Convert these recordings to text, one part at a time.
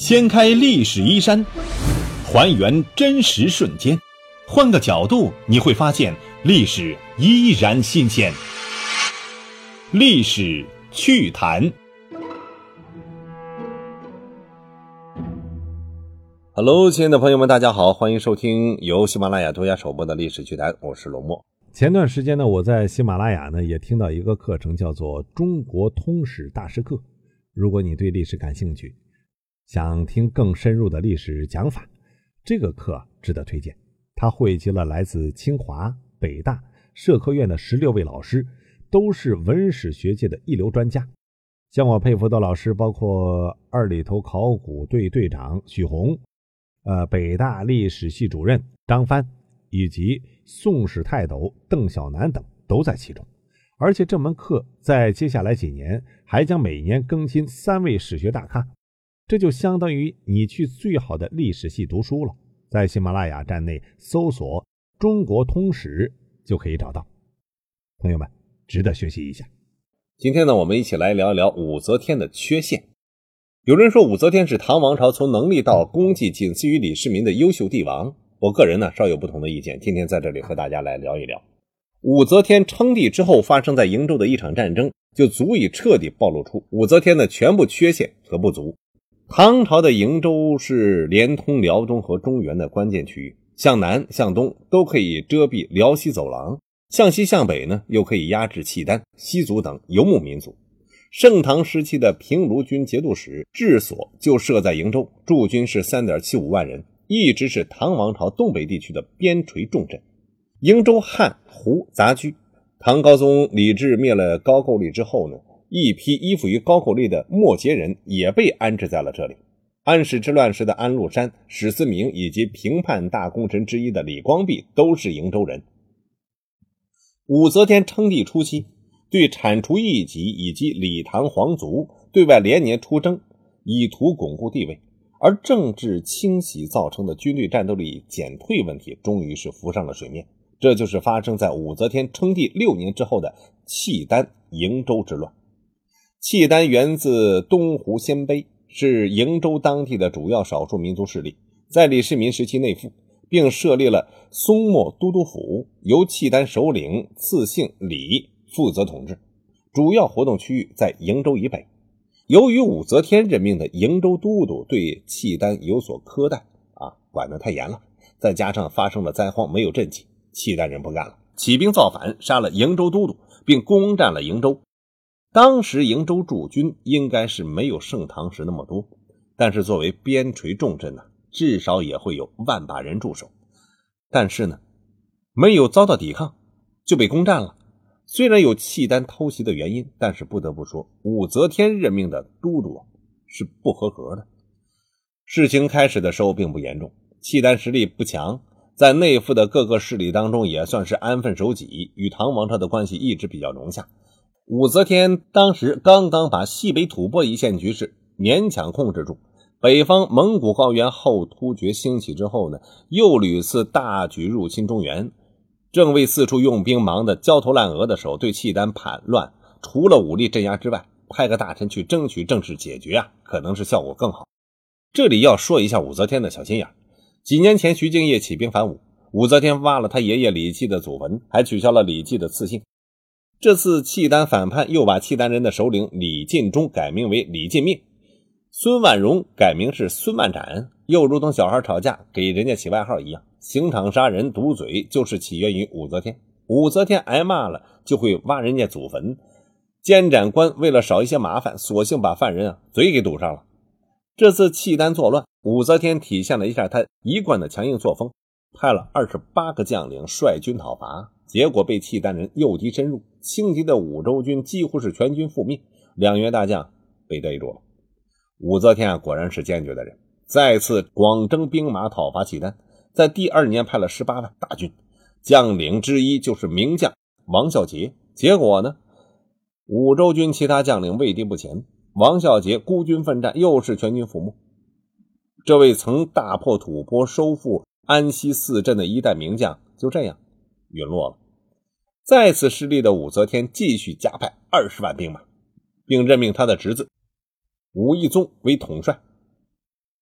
掀开历史衣衫，还原真实瞬间，换个角度你会发现历史依然新鲜。历史趣谈。 Hello， 亲爱的朋友们，大家好，欢迎收听由喜马拉雅独家首播的历史趣谈，我是龙墨。 前段时间呢，我在喜马拉雅呢也听到一个课程，叫做中国通史大师课。如果你对历史感兴趣，想听更深入的历史讲法，这个课值得推荐。它汇集了来自清华、北大、社科院的16位老师，都是文史学界的一流专家。像我佩服的老师包括二里头考古队队长许宏，北大历史系主任张帆，以及宋史泰斗邓小南等都在其中。而且这门课在接下来几年还将每年更新3位史学大咖，这就相当于你去最好的历史系读书了。在喜马拉雅站内搜索中国通史就可以找到，朋友们值得学习一下。 今天呢，我们一起来聊一聊武则天的缺陷。有人说武则天是唐王朝从能力到功绩仅次于李世民的优秀帝王，我个人呢稍有不同的意见，今天在这里和大家来聊一聊。武则天称帝之后发生在瀛州的一场战争，就足以彻底暴露出武则天的全部缺陷和不足。唐朝的瀛州是连通辽东和中原的关键区域，向南向东都可以遮蔽辽西走廊，向西向北呢又可以压制契丹、西族等游牧民族。盛唐时期的平卢军节度使治所就设在瀛州，驻军是 3.75 万人，一直是唐王朝东北地区的边陲重镇。瀛州汉胡杂居，唐高宗李治灭了高句丽之后呢，一批依附于高句丽的末节人也被安置在了这里。安史之乱时的安禄山、史思明以及平叛大功臣之一的李光弼都是瀛州人。武则天称帝初期，对铲除异己以及李唐皇族对外连年出征，以图巩固地位，而政治清洗造成的军队战斗力减退问题终于是浮上了水面。这就是发生在武则天称帝6年之后的契丹瀛州之乱。契丹源自东湖鲜卑，是瀛州当地的主要少数民族势力，在李世民时期内附，并设立了松漠都督府，由契丹首领赐姓李负责统治，主要活动区域在瀛州以北。由于武则天任命的瀛州都督对契丹有所苛待管得太严了，再加上发生了灾荒，没有赈济，契丹人不干了，起兵造反，杀了瀛州都督，并攻占了瀛州。当时瀛州驻军应该是没有盛唐时那么多，但是作为边陲重镇呢，至少也会有万把人驻守。但是呢，没有遭到抵抗就被攻占了。虽然有契丹偷袭的原因，但是不得不说，武则天任命的都督是不合格的。事情开始的时候并不严重，契丹实力不强，在内附的各个势力当中也算是安分守己，与唐王朝的关系一直比较融洽。武则天当时刚刚把西北吐蕃一线局势勉强控制住，北方蒙古高原后突厥兴起之后呢，又屡次大举入侵中原，正为四处用兵忙得焦头烂额的时候，对契丹叛乱除了武力镇压之外，派个大臣去争取政治解决可能是效果更好。这里要说一下武则天的小心眼。几年前徐敬业起兵反武，武则天挖了他爷爷李绩的祖坟，还取消了李绩的赐姓。这次契丹反叛又把契丹人的首领李尽忠改名为李尽灭，孙万荣改名是孙万斩，又如同小孩吵架给人家起外号一样，刑场杀人堵嘴就是起源于武则天。武则天挨骂了就会挖人家祖坟，监斩官为了少一些麻烦，索性把犯人嘴给堵上了。这次契丹作乱，武则天体现了一下她一贯的强硬作风，派了28个将领率军讨伐，结果被契丹人诱敌深入，轻敌的武州军几乎是全军覆灭，2员大将被逮住了。武则天果然是坚决的人，再次广征兵马讨伐契丹，在第2年派了18万大军，将领之一就是名将王孝杰。结果呢，武州军其他将领畏敌不前，王孝杰孤军奋战，又是全军覆没。这位曾大破吐蕃、收复安西4镇的一代名将就这样陨落了。再次失利的武则天继续加派20万兵马，并任命他的侄子武义宗为统帅。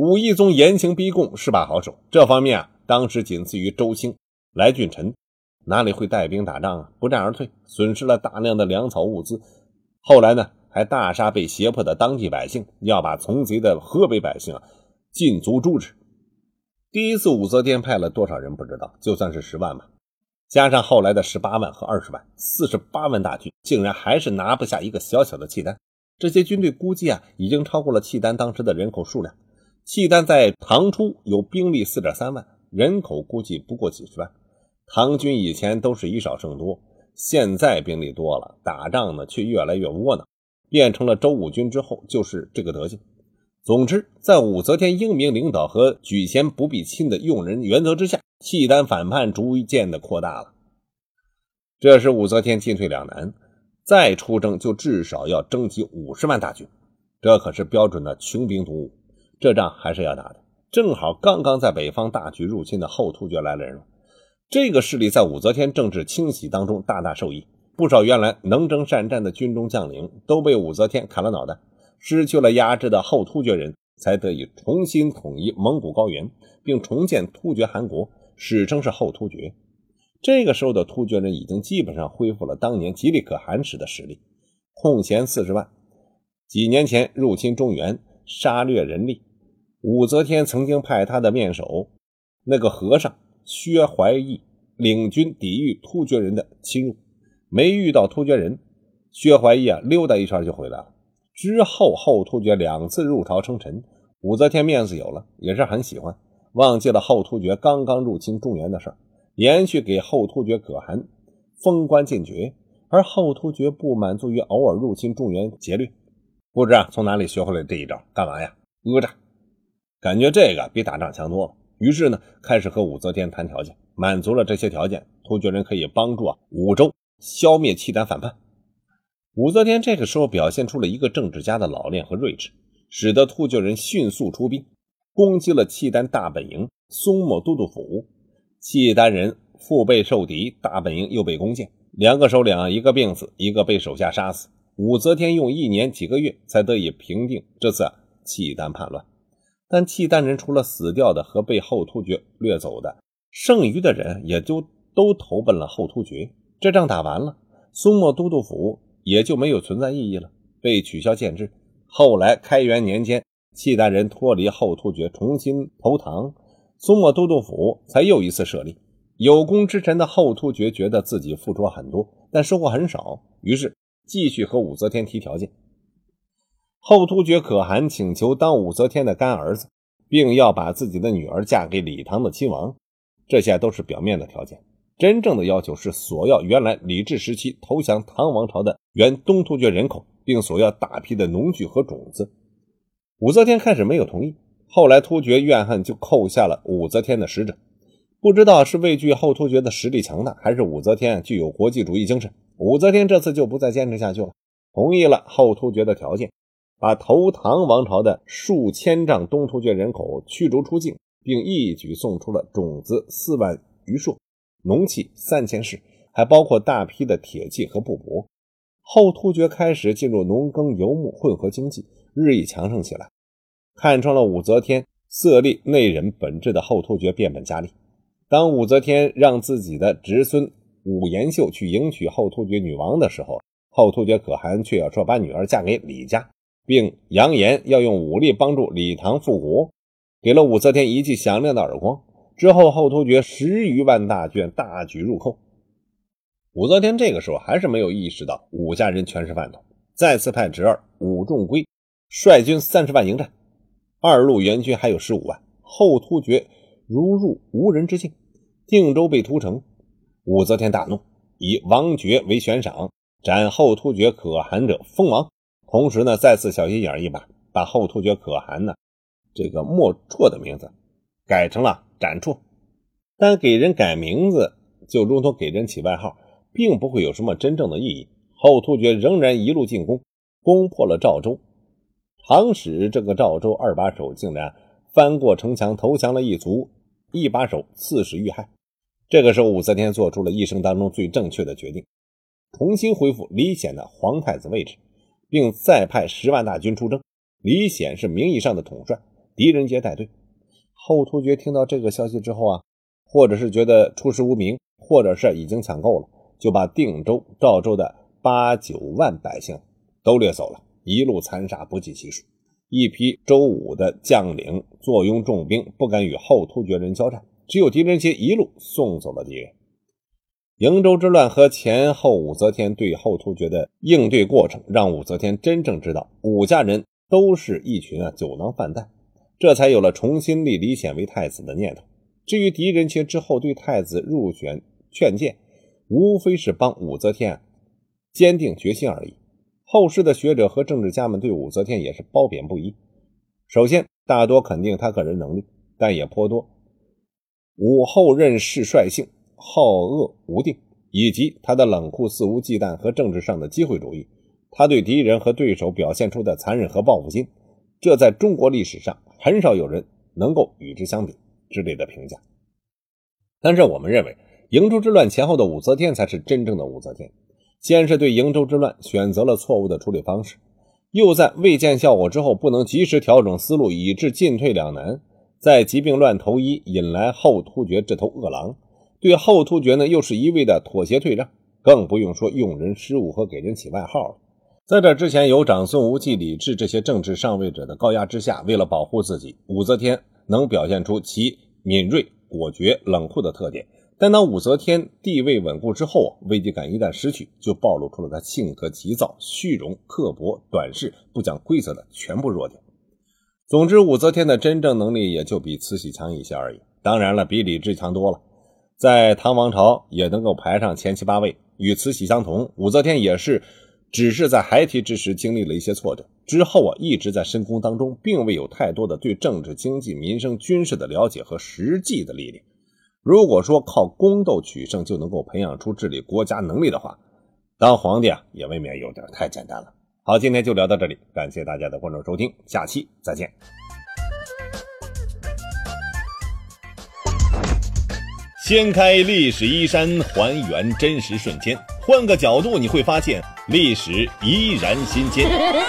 武义宗严刑逼供，是把好手，这方面当时仅次于周兴、来俊臣，哪里会带兵打仗不战而退，损失了大量的粮草物资。后来呢，还大杀被胁迫的当地百姓，要把从贼的河北百姓尽族诛之。第一次武则天派了多少人不知道，就算是10万吧，加上后来的18万和20万，48万大军，竟然还是拿不下一个小小的契丹。这些军队估计已经超过了契丹当时的人口数量。契丹在唐初有兵力 4.3 万，人口估计不过几十万。唐军以前都是以少胜多，现在兵力多了，打仗呢却越来越窝囊，变成了周武军之后就是这个德行。总之，在武则天英明领导和举贤不避亲的用人原则之下，契丹反叛逐渐的扩大了。这时武则天进退两难，再出征就至少要征集50万大军，这可是标准的穷兵黩武，这仗还是要打的。正好刚刚在北方大举入侵的后突厥来了人了，这个势力在武则天政治清洗当中大大受益，不少原来能征善战的军中将领都被武则天砍了脑袋，失去了压制的后突厥人才得以重新统一蒙古高原，并重建突厥汗国，史称是后突厥。这个时候的突厥人已经基本上恢复了当年吉利可汗时的实力，空闲40万。几年前入侵中原，杀掠人力，武则天曾经派他的面首那个和尚薛怀义领军抵御突厥人的侵入，没遇到突厥人，薛怀义溜达一圈就回来了。之后后突厥2次入朝称臣，武则天面子有了，也是很喜欢，忘记了后突厥刚刚入侵中原的事儿，连续给后突厥可汗封官进爵。而后突厥不满足于偶尔入侵中原劫掠，不知从哪里学会了这一招，干嘛呀？讹诈，感觉这个比打仗强多了。于是呢，开始和武则天谈条件，满足了这些条件，突厥人可以帮助武周消灭契丹反叛。武则天这个时候表现出了一个政治家的老练和睿智，使得突厥人迅速出兵，攻击了契丹大本营松漠都督府。契丹人腹背受敌，大本营又被攻陷，2个首领，一个病死，一个被手下杀死。武则天用1年几个月才得以平定这次契丹叛乱。但契丹人除了死掉的和被后突厥掠走的，剩余的人也就都投奔了后突厥。这仗打完了，松漠都督府也就没有存在意义了，被取消建制。后来开元年间，契丹人脱离后突厥重新投唐，松漠都督府才又一次设立。有功之臣的后突厥觉得自己付出很多，但收获很少，于是继续和武则天提条件。后突厥可汗请求当武则天的干儿子，并要把自己的女儿嫁给李唐的亲王，这些都是表面的条件，真正的要求是索要原来李治时期投降唐王朝的原东突厥人口，并索要大批的农具和种子。武则天开始没有同意，后来突厥怨恨就扣下了武则天的使者。不知道是畏惧后突厥的实力强大，还是武则天具有国际主义精神，武则天这次就不再坚持下去了，同意了后突厥的条件，把投唐王朝的数千丈东突厥人口驱逐出境，并一举送出了种子4万余槊，农器3000室，还包括大批的铁器和布帛。后突厥开始进入农耕游牧混合经济，日益强盛起来。看穿了武则天色厉内荏本质的后突厥变本加厉。当武则天让自己的侄孙武延秀去迎娶后突厥女王的时候，后突厥可汗却要说把女儿嫁给李家，并扬言要用武力帮助李唐复国，给了武则天一记响亮的耳光。之后后突厥10余万大军大举入寇。武则天这个时候还是没有意识到武家人全是饭桶，再次派侄儿武仲圭率军30万迎战，二路援军还有15万，后突厥如入无人之境。定州被屠城，武则天大怒，以王爵为悬赏，斩后突厥可汗者封王。同时呢，再次小心眼一把，把后突厥可汗呢这个莫绰的名字改成了斩绰。但给人改名字就如同给人起外号，并不会有什么真正的意义。后突厥仍然一路进攻，攻破了赵州。长史这个赵州二把手竟然翻过城墙投降了一族，一把手刺史遇害。这个时候武则天做出了一生当中最正确的决定，重新恢复李显的皇太子位置，并再派10万大军出征。李显是名义上的统帅， 狄仁杰带队。后突厥听到这个消息之后啊，或者是觉得出师无名，或者是已经抢够了，就把定州、赵州的8、9万百姓都掠走了，一路残杀不计其数。一批周武的将领坐拥重兵，不敢与后突厥人交战，只有狄仁杰一路送走了敌人。瀛州之乱和前后武则天对后突厥的应对过程，让武则天真正知道武家人都是一群酒囊饭袋，这才有了重新立李显为太子的念头。至于狄仁杰之后对太子入选劝谏，无非是帮武则天坚定决心而已。后世的学者和政治家们对武则天也是褒贬不一。首先，大多肯定他个人能力，但也颇多武后任事率性、好恶无定，以及他的冷酷、肆无忌惮和政治上的机会主义，他对敌人和对手表现出的残忍和报复心，这在中国历史上很少有人能够与之相比之类的评价。但是我们认为瀛州之乱前后的武则天才是真正的武则天，先是对瀛州之乱选择了错误的处理方式，又在未见效果之后不能及时调整思路，以致进退两难，在疾病乱投医，引来后突厥这头恶狼，对后突厥呢又是一味的妥协退让，更不用说用人失误和给人起外号了。在这之前，有长孙无忌、李治这些政治上位者的高压之下，为了保护自己，武则天能表现出其敏锐、果决、冷酷的特点。但当武则天地位稳固之后，危机感一旦失去，就暴露出了她性格急躁、虚荣、刻薄、短视、不讲规则的全部弱点。总之，武则天的真正能力也就比慈禧强一些而已，当然了，比李治强多了。在唐王朝也能够排上前7、8位，与慈禧相同。武则天也是只是在孩提之时经历了一些挫折，之后一直在深宫当中，并未有太多的对政治、经济、民生、军事的了解和实际的历练。如果说靠宫斗取胜就能够培养出治理国家能力的话，当皇帝也未免有点太简单了。好，今天就聊到这里，感谢大家的关注收听，下期再见。 掀开历史衣衫，还原真实瞬间，换个角度你会发现历史依然新鲜。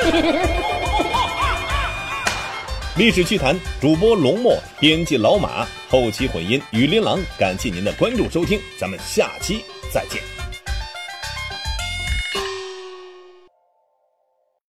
历史趣谈，主播龙墨，编辑老马，后期混音于琳琅。感谢您的关注收听，咱们下期再见。